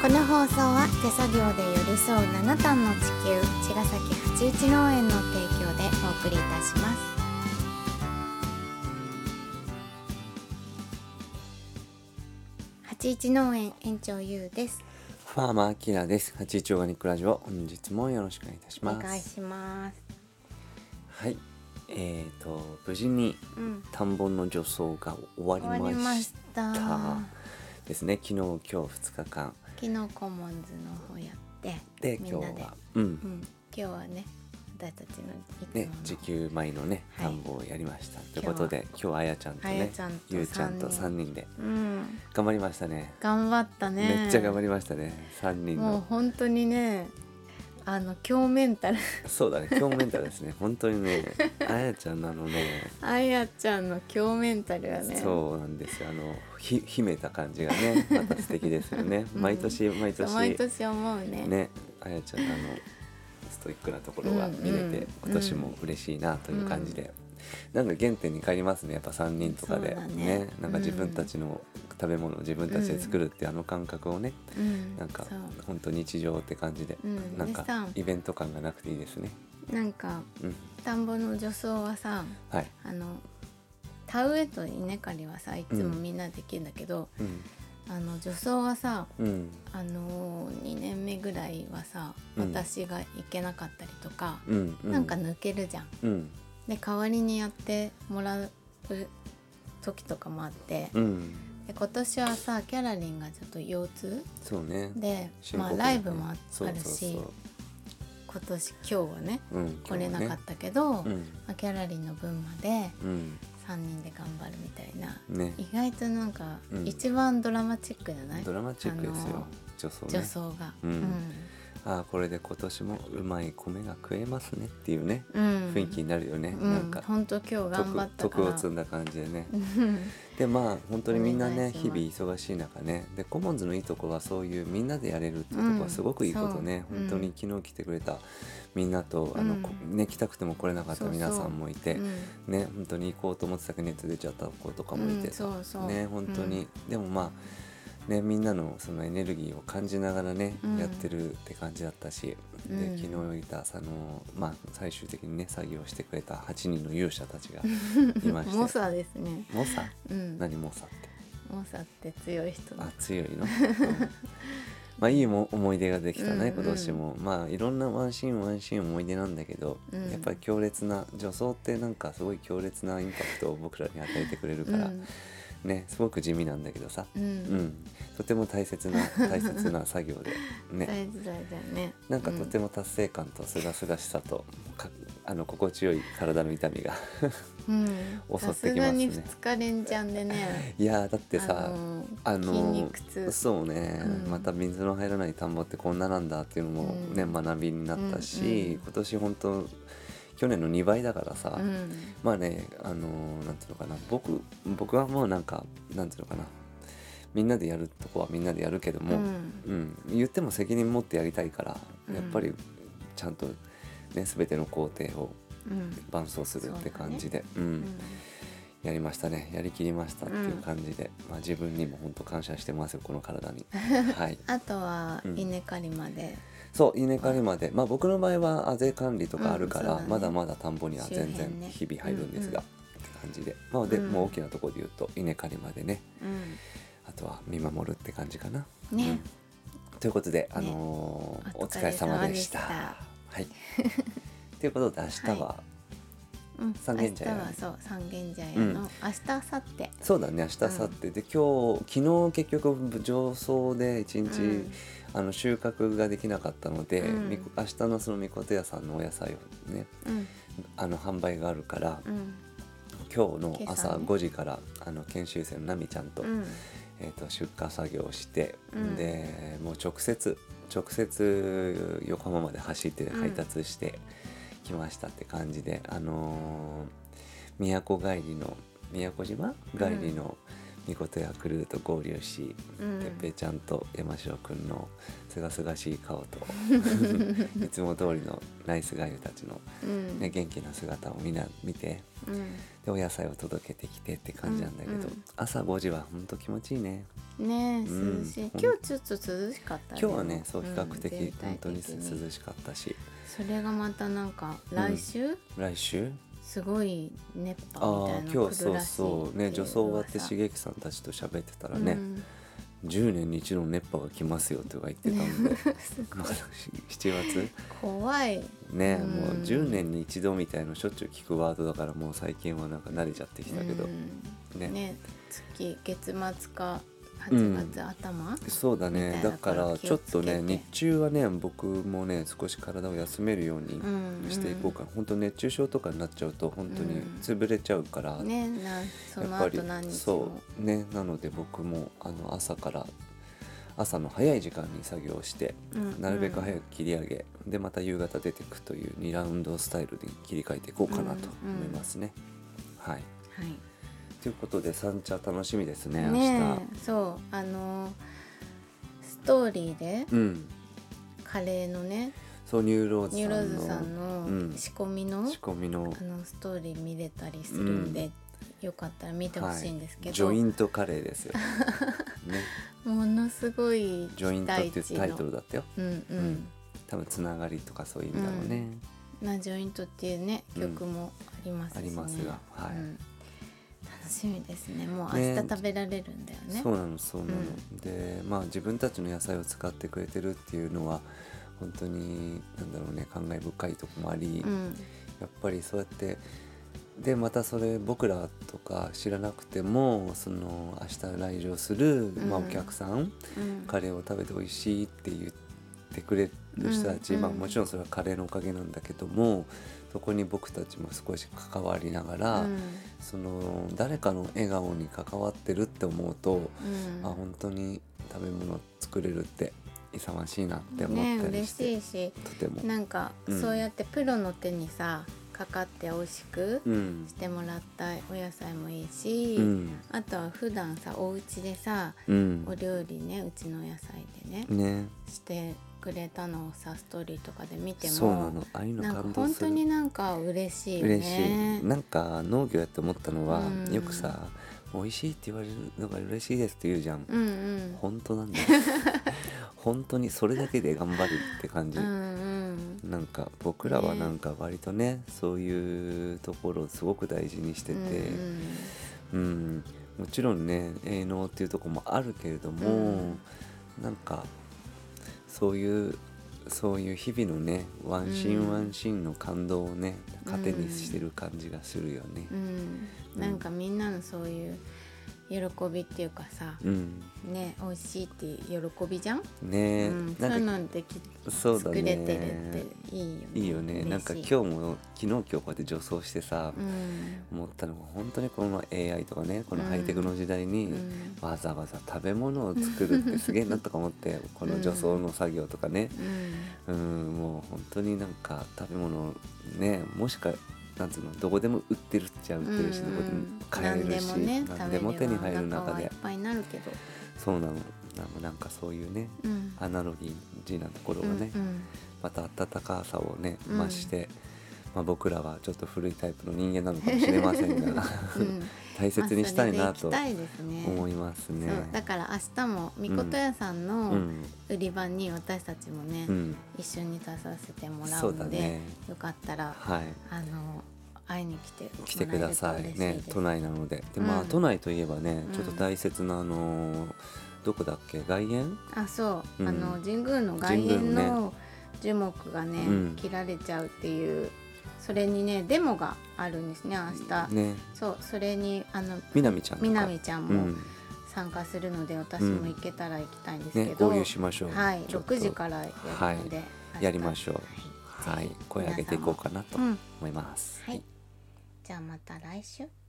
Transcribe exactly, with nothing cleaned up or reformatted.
この放送は手作業で寄り添う七段の地球茅ヶ崎八一農園の提供でお送りいたします。八一農園園長ゆうです。 ファーマーアキラです。八一オーガニックラジオ、本日もよろしくお願いいたします。 お願いします。 はい、えーと無事に田んぼの除草が終わりました終わりましたですね。昨日今日ふつかかん、 昨日コモンズの方やってでみんなで今日はうん、 うん、今日はね私たちのいつもの、 ね、自給米のねはい田んぼをやりましたということで、今日はあやちゃんとねあやちゃんとゆうちゃんとさんにんでうん頑張りましたね。 頑張ったね。 めっちゃ頑張りましたね。さんにんもうの本当にねあの強メンタルそうだね、強メンタルですね。本当にねあやちゃんのあのねあやちゃんの強メンタルはねそうなんですよ。あのひ秘めた感じがねまた素敵ですよね。 うん毎年毎そう年毎年思うねね、あやちゃんのあのストイックなところが見れて、 うんうん今年も嬉しいなという感じで、なんか原点に帰りますね。やっぱさんにんとかでそうだねね、なんか自分たちの食べ物を自分たちで作るってあの感覚をね、 うんなんかそう本当日常って感じで、 うんなんかでさイベント感がなくていいですね。 なんかうん、 田んぼの除草はさはい、 あの田植えと稲刈りはさいつもみんなできるんだけど、 うん、 あの除草はさうん、 あのにねんめぐらいはさうん私が行けなかったりとか、 うん、うなんか抜けるじゃん。 うん、 で代わりにやってもらう時とかもあって、 うん、 で今年はさキャラリンがちょっと腰痛そうね。 で、まあ、 深刻だねライブもあそうあるしそうそう今年今日はねうん、 来れなかったけど、 うん、 まあ、キャラリンの分までうん、 さんにんで頑張るみたいな、 ね、 意外となんかうん一番ドラマチックじゃない？ ドラマチックですよ。除草ね。 除草が。 うんああこれで今年もうまい米が食えますねっていうね、 うん雰囲気になるよね。 うん、 なんか本当今日頑張ったから徳徳を積んだ感じでね。 うんでまあ本当にみんなお願ねいします日々忙しい中ね、でコモンズのいいとこはそういうみんなでやれるっていうところはすごくいいことね、 うん本当に昨日来てくれたみんなと、あのこね来たくても来れなかった皆さんもいて、 うんね本当に行こうと思ってたけど熱出ちゃった子とかもいてさ、 うんそうそうね本当に、 うんでもまあね、みんなのそのエネルギーを感じながらね、 うんやってるって感じだったし、 うんで昨日いたその、まあ、最終的にね作業してくれたはちにんの勇者たちがいまして猛者ですね。 猛者、 うん、 何猛者って猛者って強い人だあ強いの、うんまあいいも思い出ができたね、 うんうん今年もまあいろんなワンシーンワンシーン思い出なんだけど、 うんやっぱり強烈な除草ってなんかすごい強烈なインパクトを僕らに与えてくれるから、 うんねすごく地味なんだけどさ、 うんうん、とても大切な大切な作業でね大事だよね。 なんかとても達成感とすがすがしさとかあの心地よい体の痛みがうん、 襲さってきますねすがにふつか連チャンでねいやーだってさあのあの筋肉痛そうね、 うんまた水の入らない田んぼってこんななんだっていうのもね、 うん学びになったし、 うんうん今年本当去年のにばいだからさ、 うんまあねあのーなんていうのかな僕僕はもうなんかなんていうのかなみんなでやるとこはみんなでやるけども、 うんうん言っても責任持ってやりたいから、 うんやっぱりちゃんとね全ての工程をうん伴走するって感じで、ううんんやりましたね。やりきりましたっていう感じで、まあ、自分にも本当感謝してますよこの体にはいあとはうん稲刈りまで、 そう稲刈りまで、まあ僕の場合はあぜ管理とかあるから、 うんそうだねまだまだ田んぼには全然周辺ね日々入るんですが、 うんって感じで、まあで、 うんもう大きなところで言うと稲刈りまでね、 うあとは見守るって感じかな。 ん、ね、 うんということで、あのーおお疲れ様でした。 お疲れ様はい。ということで明日は、 はうん、 三軒茶屋明日はそう三軒茶屋うんの、明日明後日そうだね明日明後日で今日昨日結局上層で一日、 うんあの収穫ができなかったので、 うんみこ明日のそのみこと屋さんのお野菜をねうんあの販売があるから、 うん今日の今朝朝ねごじからあの研修生のナミちゃんと,、 うんえー、と出荷作業をして、 うんでもう直接直接横浜まで走って配達してきましたって感じで、あのー宮古帰りの宮古島帰りのみことやクルーと合流し、 うんてっぺいちゃんと山城くんのすがすがしい顔といつも通りのナイスガイたちの、 うんね、元気な姿をみんな見て、 うんでお野菜を届けてきてって感じなんだけど、 うんうん、 朝ごじはほんと気持ちいいね。 ねえ、 うん涼しい。今日ちょっと涼しかったね。 今日はねそう比較うん的、 全体本当に的に涼しかったし、 それがまたなんか来週、 来週すごい熱あ波みたいなのあ今日そう来るらしいそうね、 っていう女装終わって噂茂樹さんたちと喋ってたらね、 うんじゅうねんに一度の熱波が来ますよとか言ってたんで、 すごまあいしちがつ怖い。 ね、 うんもうじゅうねんに一度みたいのしょっちゅう聞くワードだから、もう最近はなんか慣れちゃってきたけど、 うんねね月月末かはちがつ頭、 そうだね、 みたいだかだかららちょっとね気をつけて日中はね僕もね少し体を休めるようにうんしていこうかな、本当熱中症とかになっちゃうと本当に潰れちゃうから、 ねなそのやっぱり後何日もそうね、なので僕もあの朝から朝の早い時間に作業をして、 うんなるべく早く切り上げでまた夕方出てくというにラウンドスタイルに切り替えていこうかなと思いますね、はい。 はいということで三茶楽しみですね、 ね明えそうあのストーリーで日。うん。 カレーのねそうニューローズニューさんのローズさんのうん仕込みの、 仕込みの、 あのストーリー見れたりするんで、よかったら見てほしいんですけど、 ジョイントカレーですよ。ね、 ものすごいジョイントっていうタイトルだったよ。 うんうん、 うん多分つながりとかそういう意味だろうね。 なジョイントっていうね曲もありますしね、 ありますがはいうん楽しみですね。もう明ね日食べられるんだよね。 そうなのそうなの、 うんでまあ自分たちの野菜を使ってくれてるっていうのは本当になんだろうね、感慨深いところもあり、 うんやっぱりそうやってでまたそれ僕らとか知らなくてもその明日来場する、まあ、 うんお客さん、 うんカレーを食べて美味しいって言ってくれる人たち、 うんまあ、もちろんそれはカレーのおかげなんだけども、そこに僕たちも少し関わりながら、 うんその誰かの笑顔に関わってるって思うと、 うんあ本当に食べ物作れるって勇ましいなって思ねったり嬉して、 しいしとても。 なんか、 うんそうやってプロの手にさかかって美味しくうんしてもらったお野菜もいいし、 うんあとは普段さお家でさうんお料理ねうちの野菜でねね、 してくれたのをさストーリーとかで見てもそうなの、ああいうのなんか感動する。 本当になんか嬉しいよね。 嬉しい。なんか農業やって思ったのは、 うんよくさ美味しいって言われるのが嬉しいですって言うじゃん。 うんうん本当なんだよ。本当にそれだけで頑張るって感じ。 うんうんなんか僕らはなんか割とねそういうところをすごく大事にしてて、 うんうんもちろんね営農っていうところもあるけれども、 うんなんかそういうそういう日々のねワンシーンワンシーンの感動をね、 うん糧にしてる感じがするよね。 うんうん、なんかみんなのそういう喜びっていうかさ、 うん、 ね美味しいっていう喜びじゃん、 ねえ、 うん、そういうなんかのできそうだね作れてるっていいよね。 いいよね。 嬉しいなんか今日も昨日今日こうやって助走してさ、 うん思ったのが本当にこの エーアイ とかねこのハイテクの時代に、 うんわざわざ食べ物を作るってすげえなとか思ってこの助走の作業とかね、 うんうん、もう本当になんか食べ物ねもしかなんつうのどこでも売ってるっちゃ売ってるし、 うんうんどこでも買えるし、 何でもね何でも手に入る食べればお腹中ではいっぱいになるけど、 そうなのなんかなんかそういうねうんアナロギーなところがね、 うんまた温かさをねうん増して、まあ、僕らはちょっと古いタイプの人間なのかもしれませんがうんうん大切にしたいなとまあそれで行きたいですね。 思いますね。 そうだから明日もみこと屋さんうのん売り場に私たちもね、 うん、 一緒に出させてもらそううだので、 ねよかったらはいあの会いに来て来てくださいね都内内なのでで、まあうん都内といえばねうんちょっと大切なあのーどこだっけ外苑あそう、 うんあの神宮の外苑神宮の樹木がね、 うん切られちゃうっていうそれにねデモがあるんですね明日、 ねそうそれにあのみなみちゃんとかみなみちゃんもうん参加するので、私も行けたら行きたいんですけねど、 合流しましょうはいちょっとろくじからやるので、 やりましょうはいはい声上げていこうかなとうん思います。 はいじゃあまた来週。